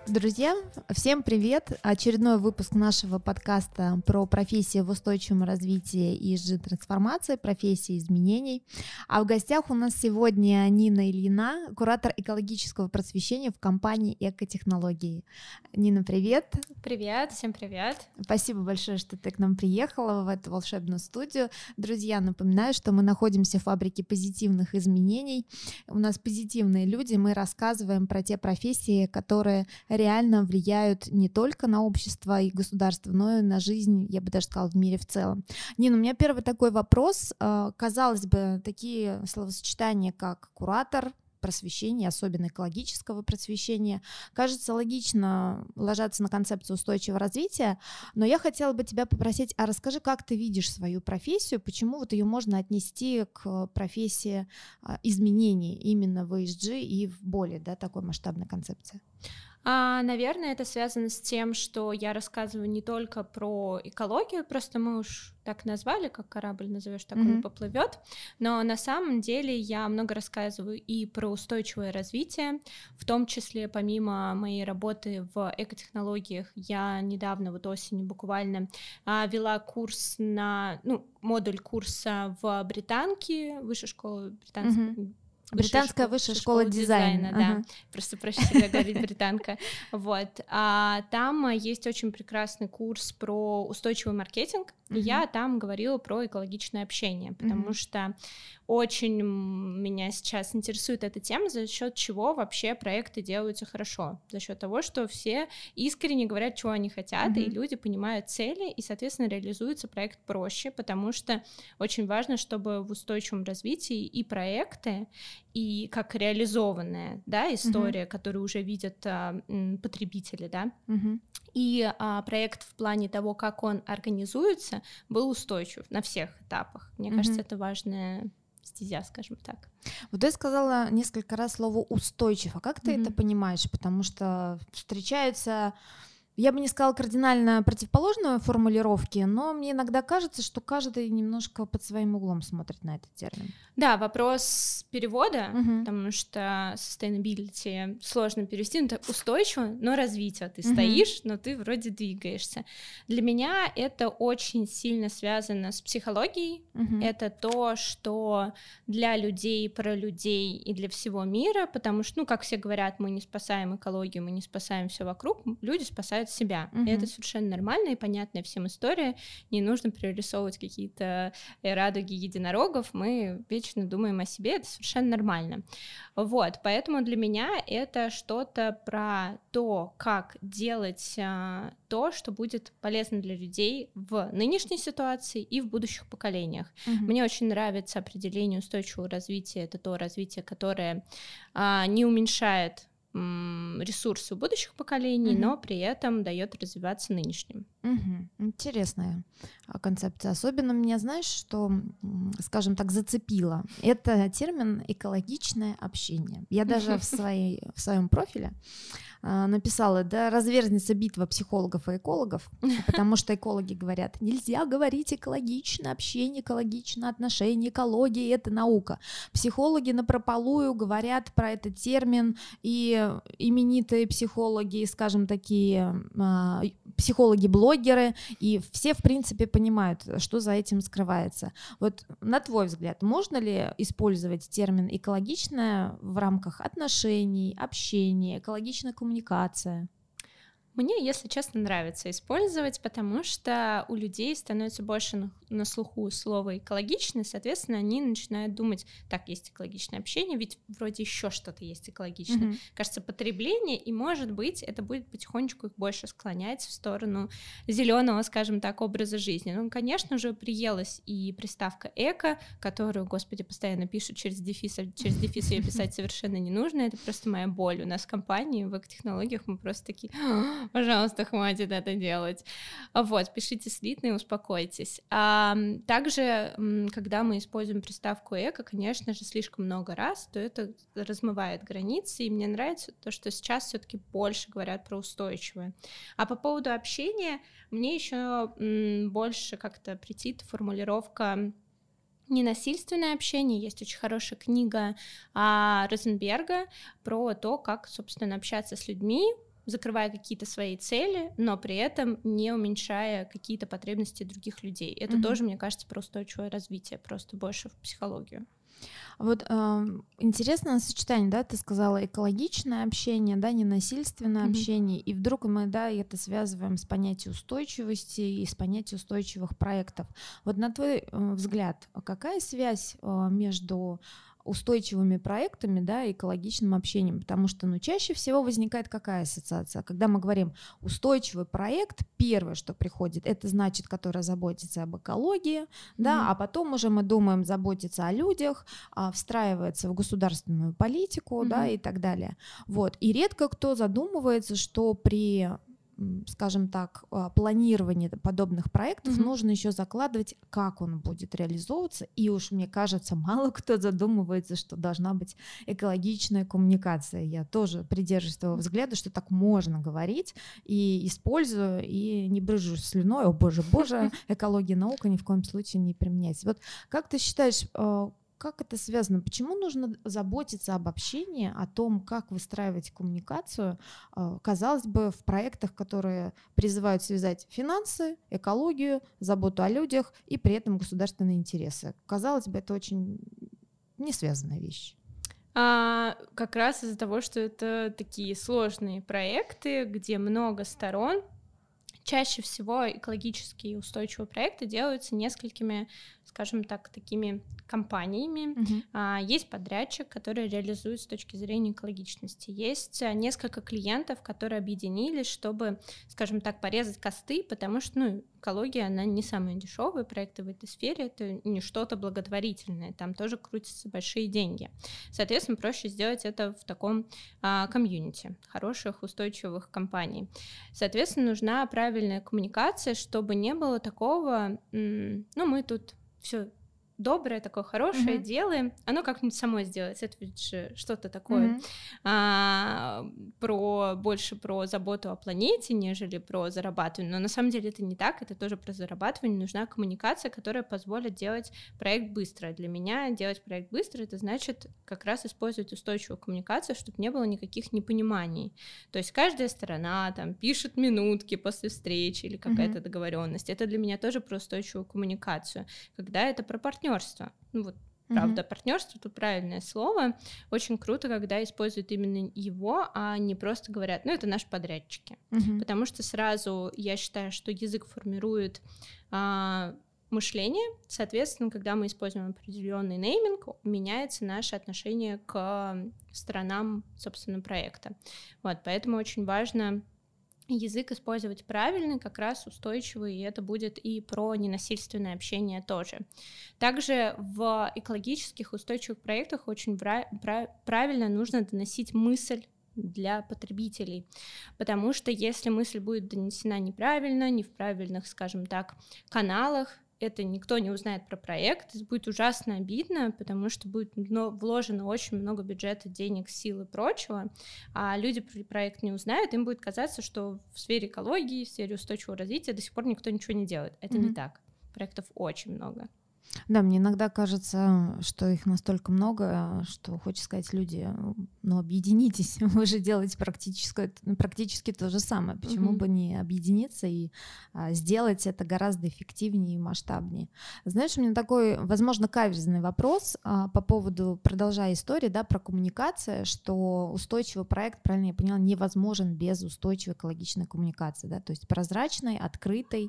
Друзья, всем привет! Очередной выпуск нашего подкаста про профессии в устойчивом развитии и ESG-трансформации, профессии изменений. А в гостях у нас сегодня Нина Ильина, куратор экологического просвещения в компании «Экотехнологии». Нина, привет! Привет, всем привет! Спасибо большое, что ты к нам приехала в эту волшебную студию. Друзья, напоминаю, что мы находимся в фабрике позитивных изменений. У нас позитивные люди, мы рассказываем про те профессии, которые реально влияют не только на общество и государство, но и на жизнь, я бы даже сказала, в мире в целом. Нина, у меня первый такой вопрос. Казалось бы, такие словосочетания, как куратор просвещения, особенно экологического просвещения, кажется, логично ложатся на концепцию устойчивого развития, но я хотела бы тебя попросить, а расскажи, как ты видишь свою профессию, почему вот ее можно отнести к профессии изменений именно в ESG и в более, такой масштабной концепции? Наверное, это связано с тем, что я рассказываю не только про экологию, просто мы уж так назвали, как корабль назовешь, так он и поплывет. Но на самом деле я много рассказываю и про устойчивое развитие, в том числе помимо моей работы в экотехнологиях, я недавно, вот осенью буквально, вела курс модуль курса в Британке, высшей школы британской. Британская высшая школа дизайна. Да, просто проще всегда говорить британка. Вот. Там есть очень прекрасный курс про устойчивый маркетинг, и я там говорила про экологичное общение, потому что очень меня сейчас интересует эта тема, за счет чего вообще проекты делаются хорошо, за счет того, что все искренне говорят, чего они хотят, и люди понимают цели, и, соответственно, реализуется проект проще, потому что очень важно, чтобы в устойчивом развитии и проекты, и как реализованная, история, которую уже видят потребители, и проект в плане того, как он организуется, был устойчив на всех этапах. Мне кажется, это важная стезя, скажем так. Вот ты сказала несколько раз слово «устойчив», а как ты это понимаешь? Потому что встречаются... Я бы не сказала кардинально противоположные формулировки, но мне иногда кажется, что каждый немножко под своим углом смотрит на этот термин. Да, вопрос перевода, потому что sustainability сложно перевести, это устойчиво, но развитие. Ты стоишь, но ты вроде двигаешься. Для меня это очень сильно связано с психологией. Это то, что для людей, про людей и для всего мира, потому что, как все говорят, мы не спасаем экологию, мы не спасаем все вокруг, люди спасают себя. И это совершенно нормально и понятная всем история. Не нужно прорисовывать какие-то радуги единорогов. Мы вечно думаем о себе, это совершенно нормально. Вот, поэтому для меня это что-то про то, как делать то, что будет полезно для людей в нынешней ситуации и в будущих поколениях. Мне очень нравится определение устойчивого развития. Это то развитие, которое не уменьшает ресурсы будущих поколений, но при этом дает развиваться нынешним. Интересная концепция. Особенно меня, знаешь, что, скажем так, зацепило. Это термин «экологичное общение». Я даже в своем профиле написала, разверзнется битва психологов и экологов, потому что экологи говорят, нельзя говорить экологичное общение, экологичное отношение, экология — это наука. Психологи напропалую говорят про этот термин, и именитые психологи, скажем, такие психологи-блогеры, и все, в принципе, понимают, что за этим скрывается. Вот на твой взгляд, можно ли использовать термин «экологичное» в рамках отношений, общения, экологичная коммуникация? Мне, если честно, нравится использовать, потому что у людей становится больше на слуху слово «экологичный», соответственно, они начинают думать, так, есть экологичное общение, ведь вроде еще что-то есть экологичное. Кажется, потребление, и, может быть, это будет потихонечку их больше склонять в сторону зеленого, скажем так, образа жизни. Ну, конечно же, приелась и приставка «эко», которую, господи, постоянно пишут через дефис, а через дефис ее писать совершенно не нужно, это просто моя боль. У нас в компании, в экотехнологиях мы просто такие... Пожалуйста, хватит это делать. Вот, пишите слитно и успокойтесь. Также, когда мы используем приставку «эко», конечно же, слишком много раз, то это размывает границы, и мне нравится то, что сейчас все-таки больше говорят про устойчивое. А по поводу общения, мне еще больше как-то претит формулировка ненасильственное общение. Есть очень хорошая книга Розенберга про то, как, собственно, общаться с людьми закрывая какие-то свои цели, но при этом не уменьшая какие-то потребности других людей. Это тоже, мне кажется, про устойчивое развитие, просто больше в психологию. Вот интересное сочетание, да, ты сказала экологичное общение, да, ненасильственное общение, и вдруг мы, да, это связываем с понятием устойчивости и с понятием устойчивых проектов. Вот на твой взгляд, какая связь между устойчивыми проектами, да, и экологичным общением, потому что, чаще всего возникает какая ассоциация? Когда мы говорим устойчивый проект, первое, что приходит, это значит, который заботится об экологии, да, а потом уже мы думаем заботиться о людях, встраивается в государственную политику, да, и так далее. Вот. И редко кто задумывается, что при, скажем так, планировании подобных проектов нужно еще закладывать, как он будет реализовываться, и уж, мне кажется, мало кто задумывается, что должна быть экологичная коммуникация. Я тоже придерживаюсь того взгляда, что так можно говорить, и использую, и не брызжу слюной, о боже, экология, наука ни в коем случае не применяется. Вот как ты считаешь, как это связано? Почему нужно заботиться об общении, о том, как выстраивать коммуникацию, казалось бы, в проектах, которые призывают связать финансы, экологию, заботу о людях и при этом государственные интересы? Казалось бы, это очень несвязанная вещь. Как раз из-за того, что это такие сложные проекты, где много сторон, чаще всего экологические и устойчивые проекты делаются несколькими, скажем так, такими компаниями. Есть подрядчик, который реализует с точки зрения экологичности. Есть несколько клиентов, которые объединились, чтобы, скажем так, порезать косты, потому что, экология, она не самая дешевая, проекты в этой сфере, это не что-то благотворительное, там тоже крутятся большие деньги. Соответственно, проще сделать это в таком комьюнити, хороших, устойчивых компаний. Соответственно, нужна правильная коммуникация, чтобы не было такого, мы тут все доброе, такое хорошее делаем, оно как-нибудь само сделается. Это ведь же что-то такое больше про заботу о планете, нежели про зарабатывание. Но на самом деле это не так, это тоже про зарабатывание. Нужна коммуникация, которая позволит делать проект быстро. Для меня делать проект быстро — это значит как раз использовать устойчивую коммуникацию, чтобы не было никаких непониманий. То есть каждая сторона там пишет минутки после встречи или какая-то договоренность. Это для меня тоже про устойчивую коммуникацию. Когда это про партнерство. Правда, партнерство тут правильное слово. Очень круто, когда используют именно его, а не просто говорят, это наши подрядчики. Потому что сразу я считаю, что язык формирует мышление. Соответственно, когда мы используем определенный нейминг, меняется наше отношение к сторонам, собственно, проекта. Поэтому очень важно язык использовать правильный, как раз устойчивый, и это будет и про ненасильственное общение тоже. Также в экологических устойчивых проектах очень правильно нужно доносить мысль для потребителей, потому что если мысль будет донесена неправильно, не в правильных, скажем так, каналах, это никто не узнает про проект, это будет ужасно обидно, потому что будет вложено очень много бюджета, денег, сил и прочего, а люди про проект не узнают, им будет казаться, что в сфере экологии, в сфере устойчивого развития до сих пор никто ничего не делает. Это не так. Проектов очень много. Да, мне иногда кажется, что их настолько много, что хочется сказать, люди, объединитесь, вы же делаете практически то же самое. Почему бы не объединиться и сделать это гораздо эффективнее и масштабнее? Знаешь, у меня такой, возможно, каверзный вопрос по поводу, продолжая историю, да, про коммуникацию, что устойчивый проект, правильно я поняла, невозможен без устойчивой экологичной коммуникации, да, то есть прозрачной, открытой,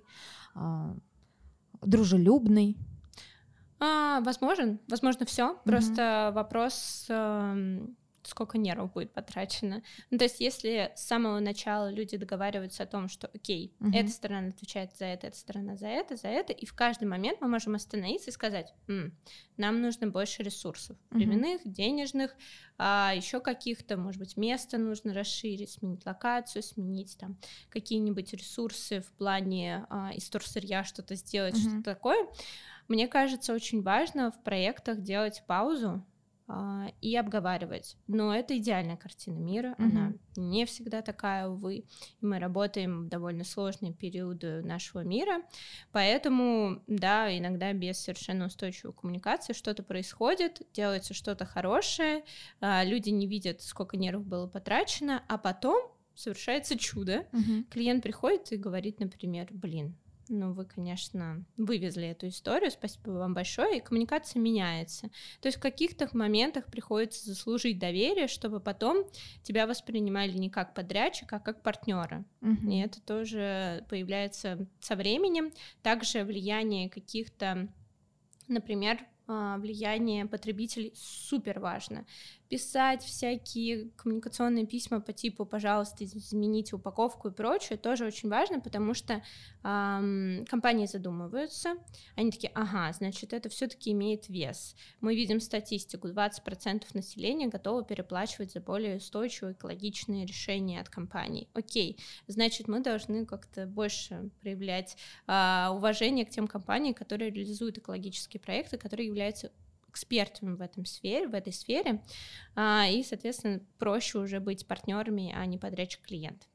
дружелюбной. Возможно, все. Просто вопрос, сколько нервов будет потрачено. То есть если с самого начала люди договариваются о том, что окей, эта сторона отвечает за это, эта сторона за это, и в каждый момент мы можем остановиться и сказать, нам нужно больше ресурсов, временных, денежных, еще каких-то, может быть, место нужно расширить, сменить локацию, сменить там какие-нибудь ресурсы в плане исторсырья, что-то сделать, что-то такое. Мне кажется, очень важно в проектах делать паузу и обговаривать. Но это идеальная картина мира, она не всегда такая, увы. И мы работаем в довольно сложные периоды нашего мира, поэтому, да, иногда без совершенно устойчивой коммуникации что-то происходит, делается что-то хорошее, люди не видят, сколько нервов было потрачено, а потом совершается чудо. Клиент приходит и говорит, например, ну, вы, конечно, вывезли эту историю, спасибо вам большое, и коммуникация меняется. То есть в каких-то моментах приходится заслужить доверие, чтобы потом тебя воспринимали не как подрядчика, а как партнера. И это тоже появляется со временем. Также влияние каких-то, например, влияние потребителей супер важно. Писать всякие коммуникационные письма по типу «пожалуйста, измените упаковку» и прочее тоже очень важно, потому что компании задумываются, они такие, ага, значит, это все-таки имеет вес. Мы видим статистику, 20% населения готовы переплачивать за более устойчивые экологичные решения от компаний. Окей, значит, мы должны как-то больше проявлять уважение к тем компаниям, которые реализуют экологические проекты, которые являются экспертами в этой сфере, и, соответственно, проще уже быть партнерами, а не подрядчик-клиент.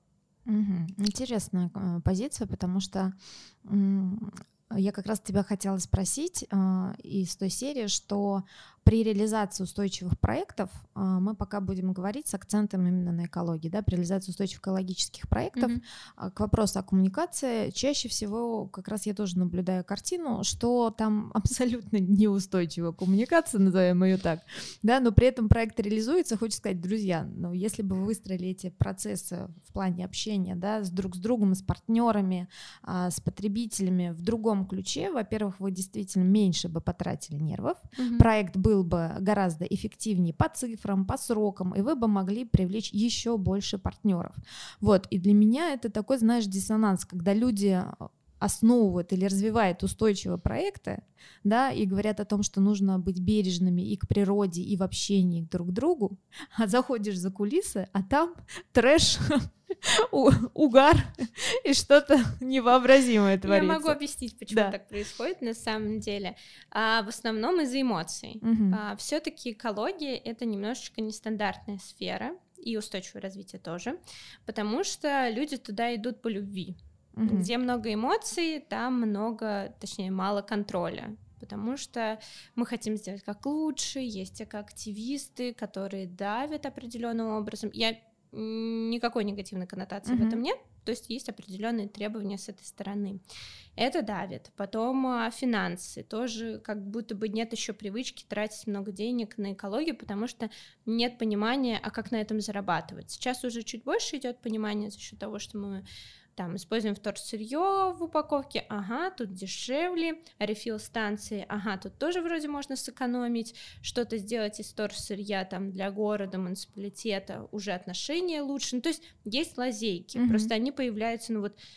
Интересная позиция, потому что я как раз тебя хотела спросить из той серии, что при реализации устойчивых проектов мы пока будем говорить с акцентом именно на экологии, да, при реализации устойчивых экологических проектов. К вопросу о коммуникации, чаще всего как раз я тоже наблюдаю картину, что там абсолютно неустойчивая коммуникация, назовем ее так, да, но при этом проект реализуется. Хочется сказать, друзья, ну, если бы вы выстроили эти процессы в плане общения, да, друг с другом, с партнерами, с потребителями в другом ключе, во-первых, вы действительно меньше бы потратили нервов, проект был бы гораздо эффективнее по цифрам, по срокам, и вы бы могли привлечь еще больше партнеров. Вот, и для меня это такой, знаешь, диссонанс, когда люди основывают или развивают устойчивые проекты, да, и говорят о том, что нужно быть бережными и к природе, и в общении друг к другу, а заходишь за кулисы, а там трэш, угар и что-то невообразимое творится. Я могу объяснить, почему так происходит на самом деле. В основном из-за эмоций. Все-таки экология — это немножечко нестандартная сфера, и устойчивое развитие тоже, потому что люди туда идут по любви. Где много эмоций, там мало контроля, потому что мы хотим сделать как лучше, есть активисты, которые давят определенным образом. Никакой негативной коннотации в этом нет, то есть есть определенные требования с этой стороны. Это давит. Потом финансы. Тоже как будто бы нет еще привычки тратить много денег на экологию, потому что нет понимания, а как на этом зарабатывать. Сейчас уже чуть больше идет понимание за счет того, что мы там используем вторсырье в упаковке, ага, тут дешевле, рефил-станции, ага, тут тоже вроде можно сэкономить, что-то сделать из вторсырья там для города, муниципалитета, уже отношения лучше, ну, то есть лазейки, просто они появляются,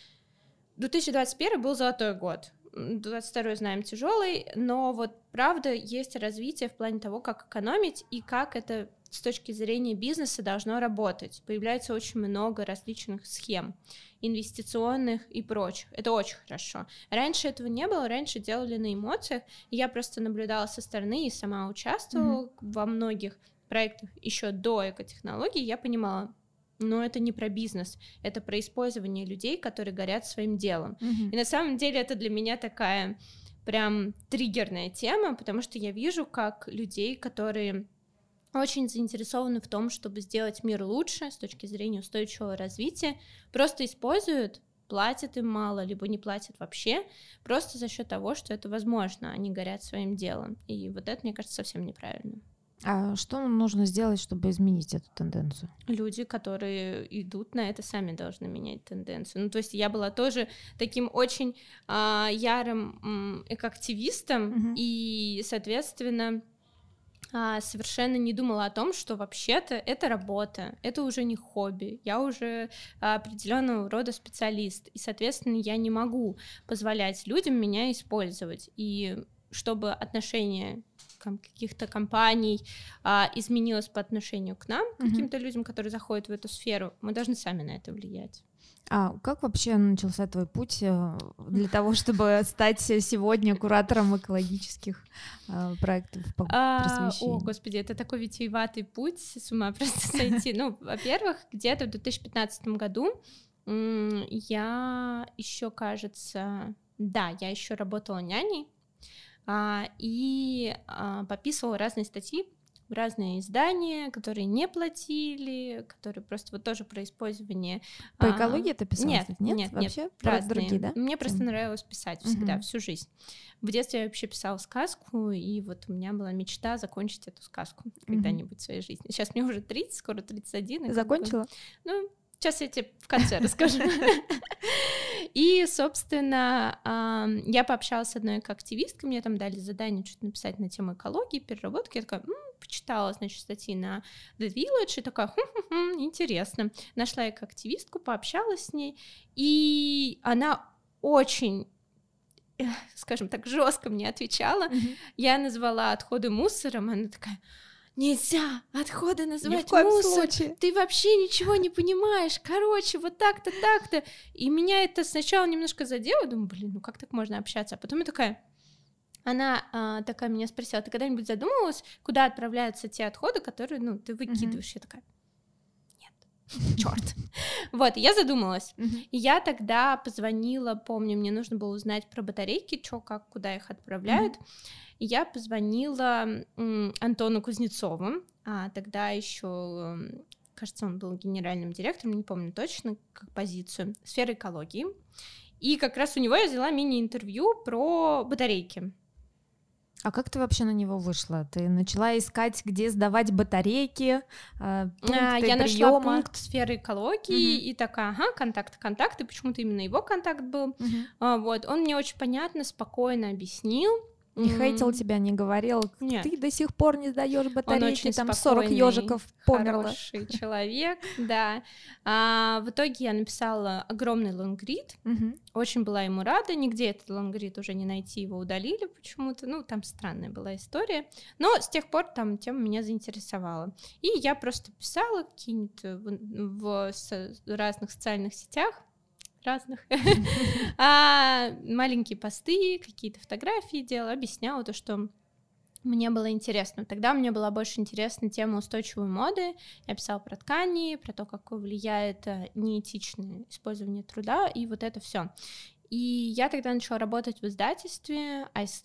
2021 был золотой год, 2022 знаем тяжелый, но вот правда есть развитие в плане того, как экономить и как это с точки зрения бизнеса должно работать. Появляется очень много различных схем, инвестиционных и прочих. Это очень хорошо. Раньше этого не было, раньше делали на эмоциях. Я просто наблюдала со стороны и сама участвовала во многих проектах еще до экотехнологий. Я понимала, но это не про бизнес, это про использование людей, которые горят своим делом. И на самом деле это для меня такая прям триггерная тема, потому что я вижу, как людей, которые очень заинтересованы в том, чтобы сделать мир лучше с точки зрения устойчивого развития, просто используют, платят им мало, либо не платят вообще, просто за счет того, что это возможно, они горят своим делом. И вот это, мне кажется, совсем неправильно. А что нужно сделать, чтобы изменить эту тенденцию? Люди, которые идут на это, сами должны менять тенденцию. То есть я была тоже таким очень ярым экоактивистом, и, соответственно, совершенно не думала о том, что вообще-то это работа, это уже не хобби, я уже определенного рода специалист, и, соответственно, я не могу позволять людям меня использовать, и чтобы отношение каких-то компаний изменилось по отношению к нам, каким-то людям, которые заходят в эту сферу, мы должны сами на это влиять. А как вообще начался твой путь для того, чтобы стать сегодня куратором экологических проектов по просвещению? О, господи, это такой витиеватый путь, с ума просто сойти. Во-первых, где-то в 2015 году я еще, кажется, я еще работала няней и пописывала разные статьи разные издания, которые не платили, которые просто вот тоже про использование. По экологии ты писала? Нет, вообще про разные. Другие, да? Мне Темы. просто нравилось писать всегда, всю жизнь. В детстве я вообще писала сказку, и вот у меня была мечта закончить эту сказку когда-нибудь в своей жизни. Сейчас мне уже 30, скоро 31. Закончила? Ну, сейчас я тебе в конце расскажу. И, собственно, я пообщалась с одной активисткой, мне там дали задание что-то написать на тему экологии, переработки. Я такая, почитала, значит, статьи на The Village, и такая, интересно. Нашла активистку, пообщалась с ней, и она очень, скажем так, жестко мне отвечала. Я назвала отходы мусором, она такая... Нельзя отходы называть мусор. Ты вообще ничего не понимаешь. Короче, вот так-то, так-то. И меня это сначала немножко задело. Думаю, ну как так можно общаться? А потом я такая... Она такая меня спросила, ты когда-нибудь задумывалась, куда отправляются те отходы, которые, ты выкидываешь? Я такая... Черт. Вот, я задумалась. И я тогда позвонила, помню, мне нужно было узнать про батарейки, что, как, куда их отправляют. И я позвонила Антону Кузнецову, тогда еще, кажется, он был генеральным директором, не помню точно, как позицию, сферы экологии. И как раз у него я взяла мини-интервью про батарейки. А как ты вообще на него вышла? Ты начала искать, где сдавать батарейки, пункты Я нашла приёма? пункт сферы экологии и такая, контакт, и почему-то именно его контакт был. Вот, он мне очень понятно, спокойно объяснил. Не хейтил тебя, не говорил, Нет. Ты до сих пор не сдаешь батарейки, Он очень там 40 ежиков померло. Хороший человек, да. В итоге я написала огромный лонгрид, очень была ему рада, нигде этот лонгрид уже не найти, его удалили почему-то, там странная была история, но с тех пор там тема меня заинтересовала. И я просто писала какие-нибудь в разных социальных сетях, маленькие посты, какие-то фотографии делала, объясняла то, что мне было интересно. Тогда мне была больше интересна тема устойчивой моды. Я писала про ткани, про то, как влияет неэтичное использование труда, и вот это все. И я тогда начала работать в издательстве АСТ.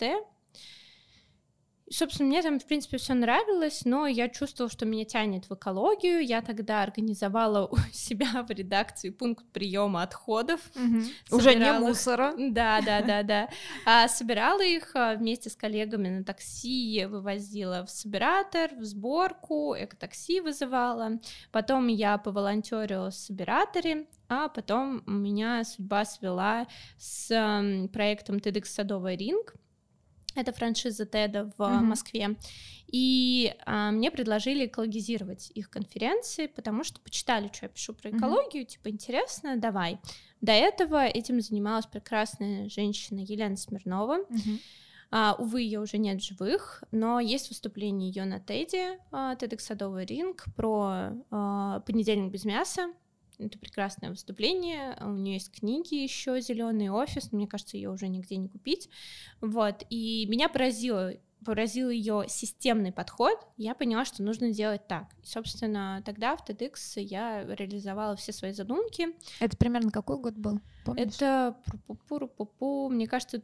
И, собственно, мне там, в принципе, все нравилось, но я чувствовала, что меня тянет в экологию. Я тогда организовала у себя в редакции пункт приема отходов. Уже не мусора. Да. Собирала их вместе с коллегами на такси, вывозила в собиратор, в сборку, экотакси вызывала. Потом я поволонтерила в собираторе, а потом меня судьба свела с проектом TEDx Садовый ринг. Это франшиза TED в Москве. И мне предложили экологизировать их конференции, потому что почитали, что я пишу про экологию, типа, интересно, давай. До этого этим занималась прекрасная женщина Елена Смирнова. Увы, ее уже нет в живых, но есть выступление ее на TED, TEDx Садовый ринг, про понедельник без мяса. Это прекрасное выступление. У нее есть книги еще, «Зеленый офис». Мне кажется, ее уже нигде не купить. Вот. И меня поразил ее системный подход. Я поняла, что нужно делать так. И, собственно, тогда в TEDx я реализовала все свои задумки. Это примерно какой год был? Помнишь? Это, мне кажется,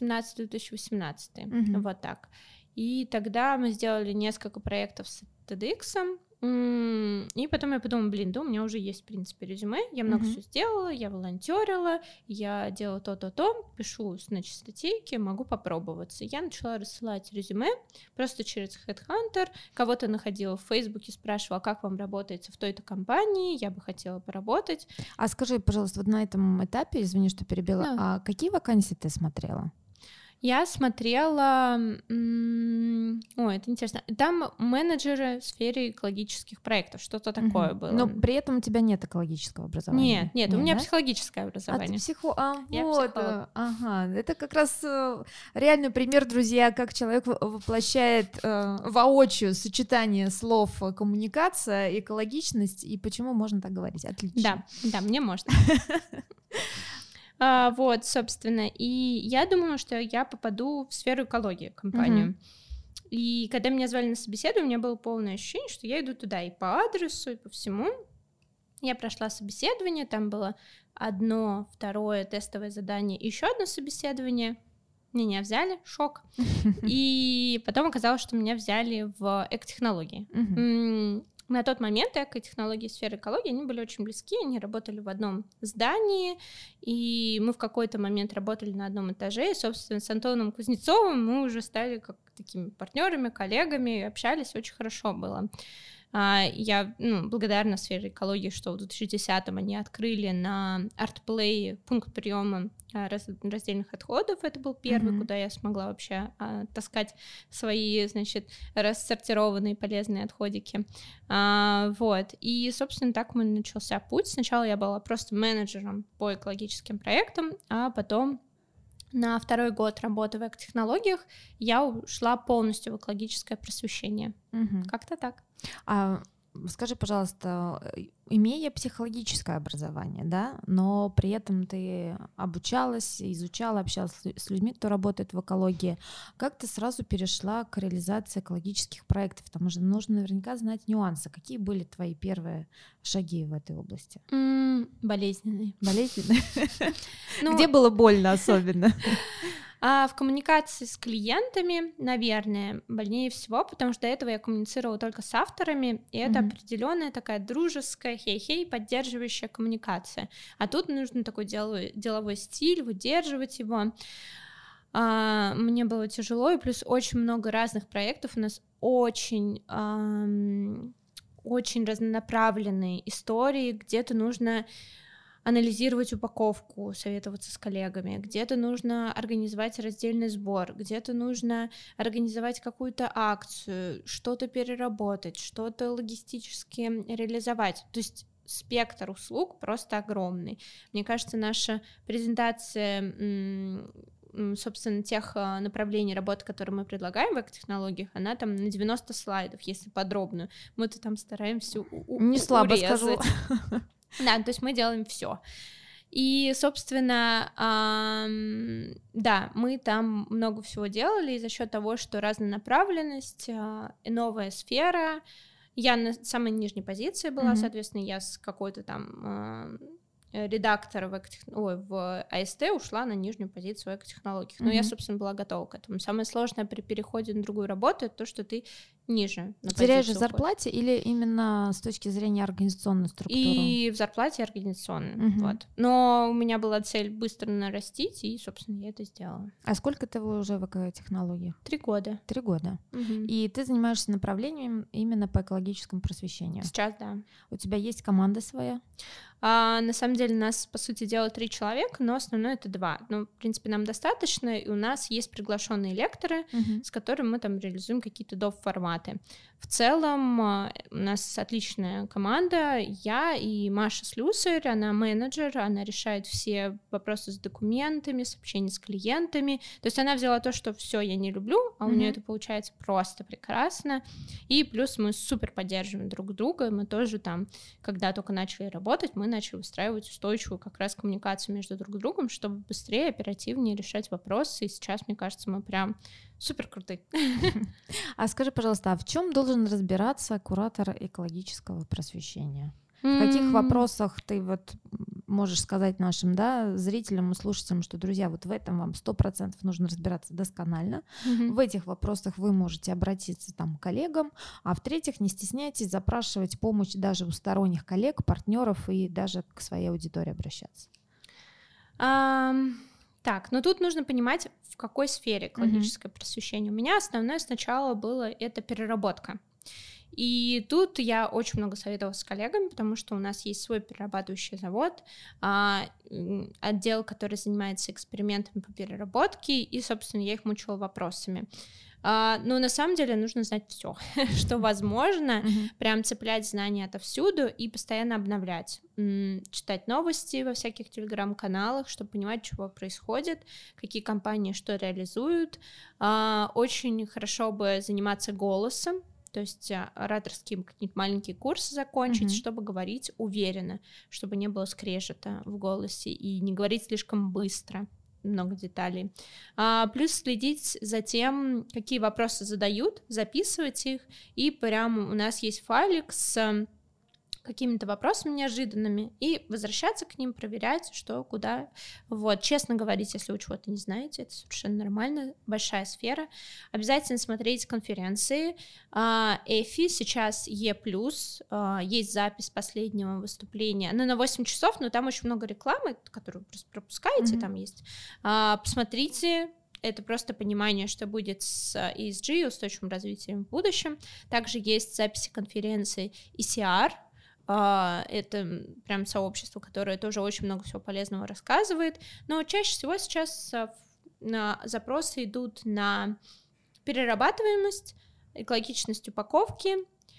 2017-2018. Вот так. И тогда мы сделали несколько проектов с TEDx. И потом я подумала, у меня уже есть, в принципе, резюме, я много все сделала, я волонтерила, я делала то, пишу, значит, статейки, могу попробоваться. Я начала рассылать резюме просто через Headhunter, кого-то находила в Фейсбуке, спрашивала, как вам работается в той-то компании, я бы хотела поработать. А скажи, пожалуйста, вот на этом этапе, извини, что перебила, а какие вакансии ты смотрела? Я смотрела... это интересно. Там менеджеры в сфере экологических проектов, что-то такое было. Но при этом у тебя нет экологического образования. Нет, у меня психологическое образование. Я вот, это как раз реальный пример, друзья, как человек воплощает воочию сочетание слов коммуникация, экологичность, и почему можно так говорить. Отлично. Да, мне можно. Вот, собственно, и я думала, что я попаду в сферу экологии, компанию. И когда меня звали на собеседование, у меня было полное ощущение, что я иду туда и по адресу, и по всему. Я прошла собеседование, там было 1, 2 тестовое задание, еще одно собеседование. Меня взяли, шок. И потом оказалось, что меня взяли в экотехнологии. На тот момент экотехнологии сферы экологии, они были очень близки, они работали в одном здании, и мы в какой-то момент работали на одном этаже, и, собственно, с Антоном Кузнецовым мы уже стали как такими партнерами, коллегами, общались, очень хорошо было. Я благодарна сфере экологии, что в 2010-м они открыли на ArtPlay пункт приема раздельных отходов. Это был первый, куда я смогла вообще таскать свои, значит, рассортированные полезные отходики. Вот. И, собственно, так мой начался путь. Сначала я была просто менеджером по экологическим проектам, а потом на второй год работы в экотехнологиях я ушла полностью в экологическое просвещение. Как-то так. Скажи, пожалуйста, имея психологическое образование, да, но при этом ты обучалась, изучала, общалась с людьми, кто работает в экологии, как ты сразу перешла к реализации экологических проектов? Потому что нужно наверняка знать нюансы. Какие были твои первые шаги в этой области? Болезненные. Болезненные? Где было больно особенно? В коммуникации с клиентами, наверное, больнее всего, потому что до этого я коммуницировала только с авторами, и это определенная такая дружеская, хей-хей, поддерживающая коммуникация. А тут нужно такой деловой стиль, выдерживать его. Мне было тяжело, и плюс очень много разных проектов. У нас очень разнонаправленные истории, где-то нужно анализировать упаковку, советоваться с коллегами, где-то нужно организовать раздельный сбор, где-то нужно организовать какую-то акцию, что-то переработать, что-то логистически реализовать. То есть спектр услуг просто огромный. Мне кажется, наша презентация, собственно, тех направлений работы, которые мы предлагаем в экотехнологиях, она там на 90 слайдов, если подробно. Мы-то там стараемся не слабо скажу. Да, то есть мы делаем все. И, собственно, да, мы там много всего делали, и за счет того, что разнонаправленность, новая сфера, я на самой нижней позиции была, соответственно, я с какой-то там редактора в АСТ ушла на нижнюю позицию в экотехнологиях. Но я, собственно, была готова к этому. Самое сложное при переходе на другую работу — это то, что ты ниже на теряешь в зарплате или именно с точки зрения организационной структуры? И в зарплате, и организационной. Вот. Но у меня была цель быстро нарастить, и, собственно, я это сделала. А сколько ты уже в экотехнологиях? 3 года. 3 года. И ты занимаешься направлением именно по экологическому просвещению? Сейчас, да. У тебя есть команда своя? На самом деле нас, по сути дела, 3 человека, но основное это 2. Ну, в принципе, нам достаточно, и у нас есть приглашенные лекторы, с которыми мы там реализуем какие-то доп. Форматы. В целом у нас отличная команда, я и Маша Слюсарь, она менеджер, она решает все вопросы с документами, с общением с клиентами, то есть она взяла то, что все я не люблю, а у нее это получается просто прекрасно, и плюс мы супер поддерживаем друг друга, мы тоже там, когда только начали работать, мы начали выстраивать устойчивую как раз коммуникацию между друг другом, чтобы быстрее, оперативнее решать вопросы, и сейчас, мне кажется, мы прям супер крутые. А скажи, пожалуйста, а в чем должен разбираться куратор экологического просвещения? В каких вопросах ты вот можешь сказать нашим, да, зрителям и слушателям, что, друзья, вот в этом вам 100% нужно разбираться досконально, в этих вопросах вы можете обратиться там к коллегам, а в-третьих, не стесняйтесь запрашивать помощь даже у сторонних коллег, партнеров и даже к своей аудитории обращаться. Так, но тут нужно понимать, в какой сфере экологическое просвещение. У меня основное сначала было это переработка. И тут я очень много советовалась с коллегами, потому что у нас есть свой перерабатывающий завод, отдел, который занимается экспериментами по переработке, и, собственно, я их мучила вопросами. Но на самом деле нужно знать все, что возможно, прям цеплять знания отовсюду и постоянно обновлять, читать новости во всяких телеграм-каналах, чтобы понимать, чего происходит, какие компании что реализуют. Очень хорошо бы заниматься голосом, то есть ораторские какие-то маленькие курсы закончить, чтобы говорить уверенно, чтобы не было скрежета в голосе и не говорить слишком быстро. Много деталей. Плюс следить за тем, какие вопросы задают, записывать их, и прям у нас есть файлик с какими-то вопросами неожиданными и возвращаться к ним, проверять, что, куда. Вот, честно говорить, если вы чего-то не знаете, это совершенно нормально, большая сфера. Обязательно смотреть конференции. EFI сейчас E+, есть запись последнего выступления. Она на 8 часов, но там очень много рекламы, которую просто пропускаете, там есть. Посмотрите. Это просто понимание, что будет с ESG, устойчивым развитием в будущем. Также есть записи конференций ECR. Это прям сообщество, которое тоже очень много всего полезного рассказывает. Но чаще всего сейчас запросы идут на перерабатываемость, экологичность упаковки,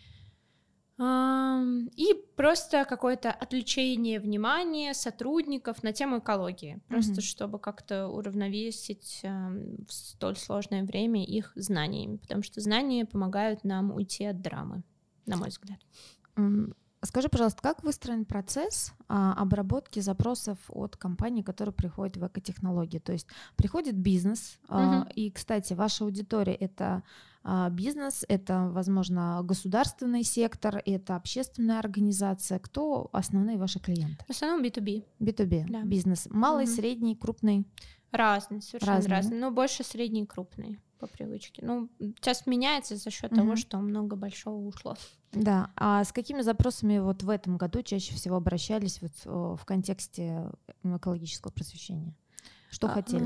и просто какое-то отвлечение внимания сотрудников на тему экологии, просто чтобы как-то уравновесить в столь сложное время их знаниями, потому что знания помогают нам уйти от драмы, на мой взгляд. Скажи, пожалуйста, как выстроен процесс обработки запросов от компаний, которые приходят в экотехнологии? То есть приходит бизнес, и, кстати, ваша аудитория — это бизнес, это, возможно, государственный сектор, это общественная организация. Кто основные ваши клиенты? В основном B2B. B2B, да. Бизнес. Малый, средний, крупный? Разный, совершенно разный. Но больше средний и крупный по привычке. Ну, сейчас меняется за счет того, что много большого ушло. Да, а с какими запросами вот в этом году чаще всего обращались вот в контексте экологического просвещения? Что хотели?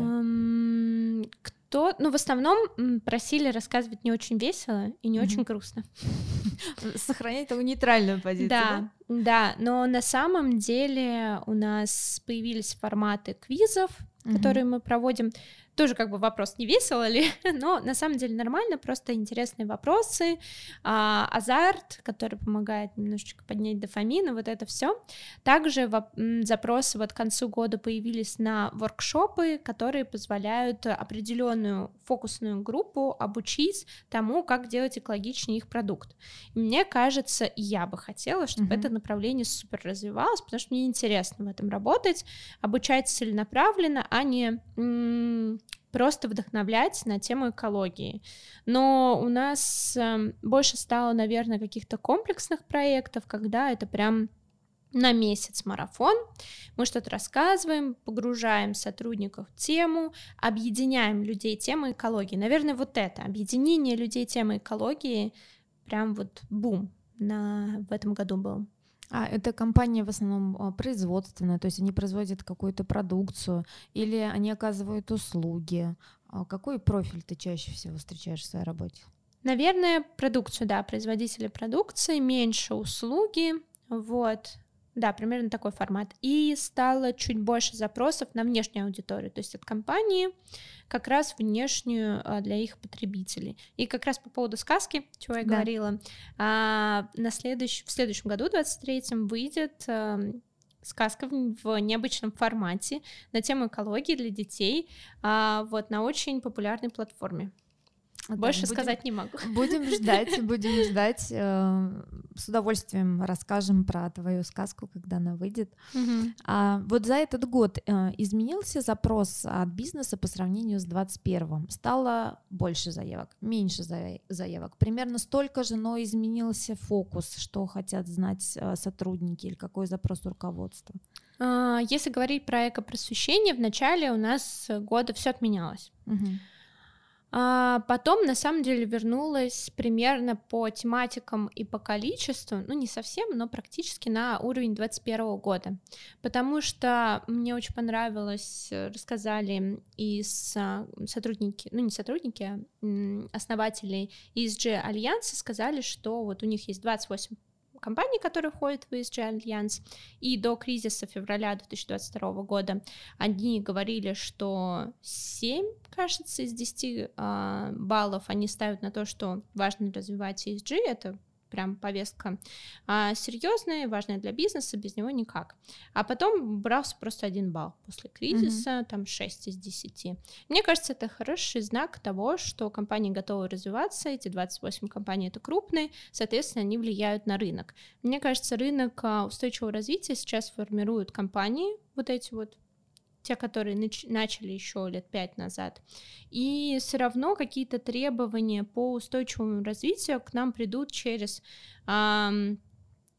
В основном просили рассказывать не очень весело и не очень грустно. Сохранять такую нейтральную позицию, да? Да, но на самом деле у нас появились форматы квизов, которые мы проводим. Тоже как бы вопрос, не весело ли, но на самом деле нормально, просто интересные вопросы, азарт, который помогает немножечко поднять дофамин, и вот это все. Также запросы вот к концу года появились на воркшопы, которые позволяют определенную фокусную группу обучить тому, как делать экологичнее их продукт. И мне кажется, я бы хотела, чтобы это направление супер развивалось, потому что мне интересно в этом работать, обучать целенаправленно, а не просто вдохновлять на тему экологии. Но у нас больше стало, наверное, каких-то комплексных проектов, когда это прям на месяц марафон. Мы что-то рассказываем, погружаем сотрудников в тему, объединяем людей темой экологии. Наверное, вот это, объединение людей темой экологии, прям вот бум в этом году был. А это компания в основном производственная, то есть они производят какую-то продукцию или они оказывают услуги? Какой профиль ты чаще всего встречаешь в своей работе? Наверное, продукцию, да, производители продукции, меньше услуги, вот. Да, примерно такой формат. И стало чуть больше запросов на внешнюю аудиторию, то есть от компании как раз внешнюю для их потребителей. И как раз по поводу сказки, чего я говорила, в следующем году, 23-м, выйдет сказка в необычном формате на тему экологии для детей, вот на очень популярной платформе. Больше сказать не могу. Будем ждать. С удовольствием расскажем про твою сказку, когда она выйдет. Вот за этот год изменился запрос от бизнеса по сравнению с 2021? Стало больше заявок, меньше заявок? Примерно столько же, но изменился фокус, что хотят знать сотрудники или какой запрос руководства? Если говорить про экопросвещение, в начале у нас года все отменялось. Потом, на самом деле, вернулась примерно по тематикам и по количеству, ну, не совсем, но практически на уровень 2021 года, потому что мне очень понравилось, рассказали сотрудники, ну, не сотрудники, а основатели ESG Альянса, сказали, что вот у них есть 28 компаний, которые входят в ESG Альянс, и до кризиса февраля 2022 года они говорили, что 7, кажется, из 10 баллов они ставят на то, что важно развивать ESG, это прям повестка серьезная, важная для бизнеса, без него никак. А потом брался просто 1 балл после кризиса, там 6 из 10. Мне кажется, это хороший знак того, что компании готовы развиваться, эти 28 компаний — это крупные, соответственно, они влияют на рынок. Мне кажется, рынок устойчивого развития сейчас формируют компании, вот эти вот, те, которые начали еще лет 5 назад, и все равно какие-то требования по устойчивому развитию к нам придут через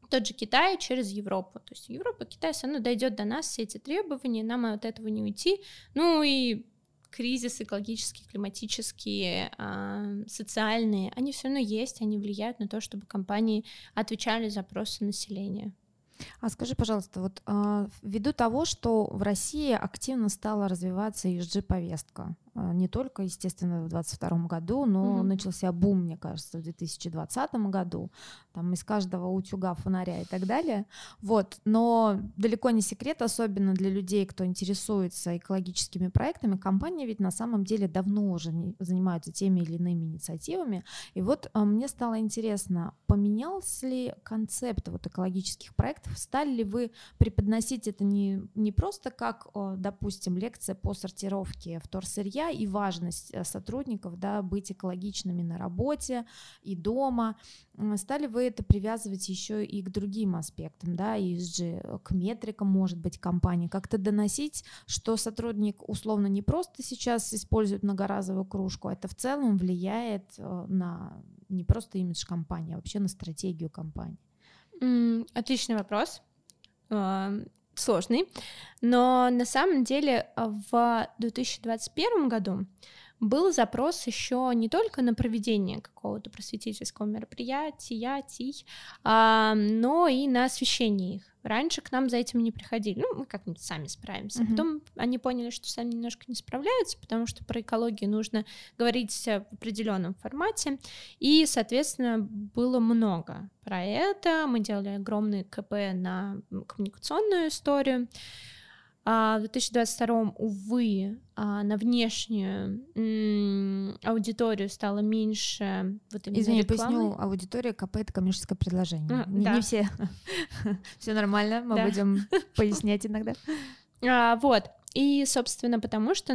тот же Китай через Европу. То есть Европа, Китай, все равно дойдет до нас, все эти требования, нам от этого не уйти. Ну и кризисы экологические, климатические, социальные, они все равно есть, они влияют на то, чтобы компании отвечали на запросы населения. А скажи, пожалуйста, вот ввиду того, что в России активно стала развиваться ESG-повестка, не только, естественно, в 2022 году, но начался бум, мне кажется, в 2020 году, там из каждого утюга, фонаря и так далее. Вот. Но далеко не секрет, особенно для людей, кто интересуется экологическими проектами, компании ведь на самом деле давно уже занимаются теми или иными инициативами. И вот мне стало интересно, поменялся ли концепт вот экологических проектов, стали ли вы преподносить это не просто как, допустим, лекция по сортировке вторсырья и важность сотрудников, да, быть экологичными на работе и дома. Стали вы это привязывать еще и к другим аспектам, да, ESG, к метрикам, может быть, компании, как-то доносить, что сотрудник условно не просто сейчас использует многоразовую кружку, а это в целом влияет на не просто имидж компании, а вообще на стратегию компании? Отличный вопрос. Сложный, но на самом деле в 2021 году был запрос еще не только на проведение какого-то просветительского мероприятия, но и на освещение их. Раньше к нам за этим не приходили, мы как-нибудь сами справимся. Потом они поняли, что сами немножко не справляются, потому что про экологию нужно говорить в определенном формате, и, соответственно, было много про это. Мы делали огромный КП на коммуникационную историю. В 2022, увы, на внешнюю аудиторию стало меньше вот именно Извини, рекламы. поясню, аудитория КП — это коммерческое предложение. Да. Не все. Все нормально, мы будем пояснять иногда. Вот. И, собственно, потому что,